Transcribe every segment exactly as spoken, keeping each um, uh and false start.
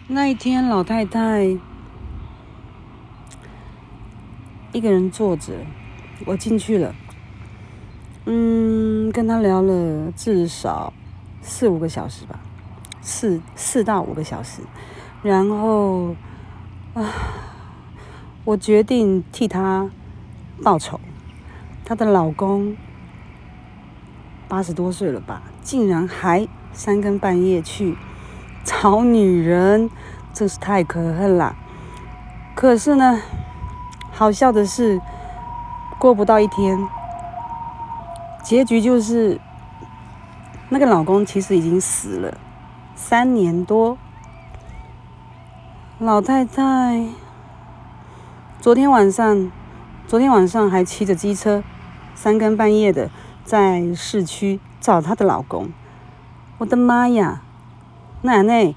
那一天，老太太一个人坐着，我进去了，嗯，跟她聊了至少四五个小时吧，四四到五个小时，然后啊，我决定替她报仇。她的老公八十多岁了吧，竟然还三更半夜去找女人，真是太可恨了。可是呢，好笑的是，过不到一天，结局就是那个老公其实已经死了三年多。老太太昨天晚上，昨天晚上还骑着机车，三更半夜的在市区找她的老公。我的妈呀，奶奶！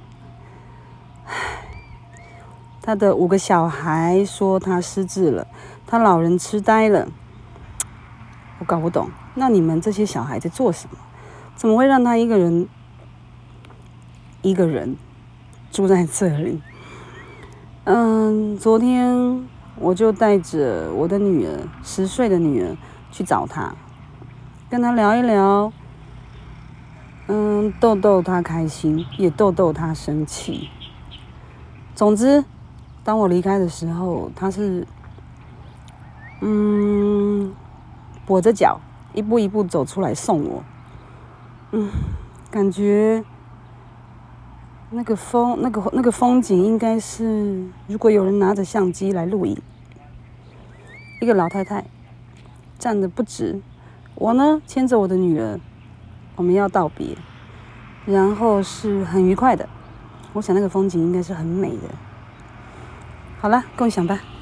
他的五个小孩说他失智了，他老人痴呆了，我搞不懂。那你们这些小孩在做什么？怎么会让他一个人一个人住在这里？嗯，昨天我就带着我的女儿，十岁的女儿去找他，跟他聊一聊，嗯，逗逗他开心，也逗逗他生气。总之，当我离开的时候，他是嗯跛着脚一步一步走出来送我。嗯，感觉那个风那个那个风景应该是，如果有人拿着相机来录影，一个老太太站得不直，我呢牵着我的女儿，我们要道别，然后是很愉快的。我想那个风景应该是很美的。好了，共享吧。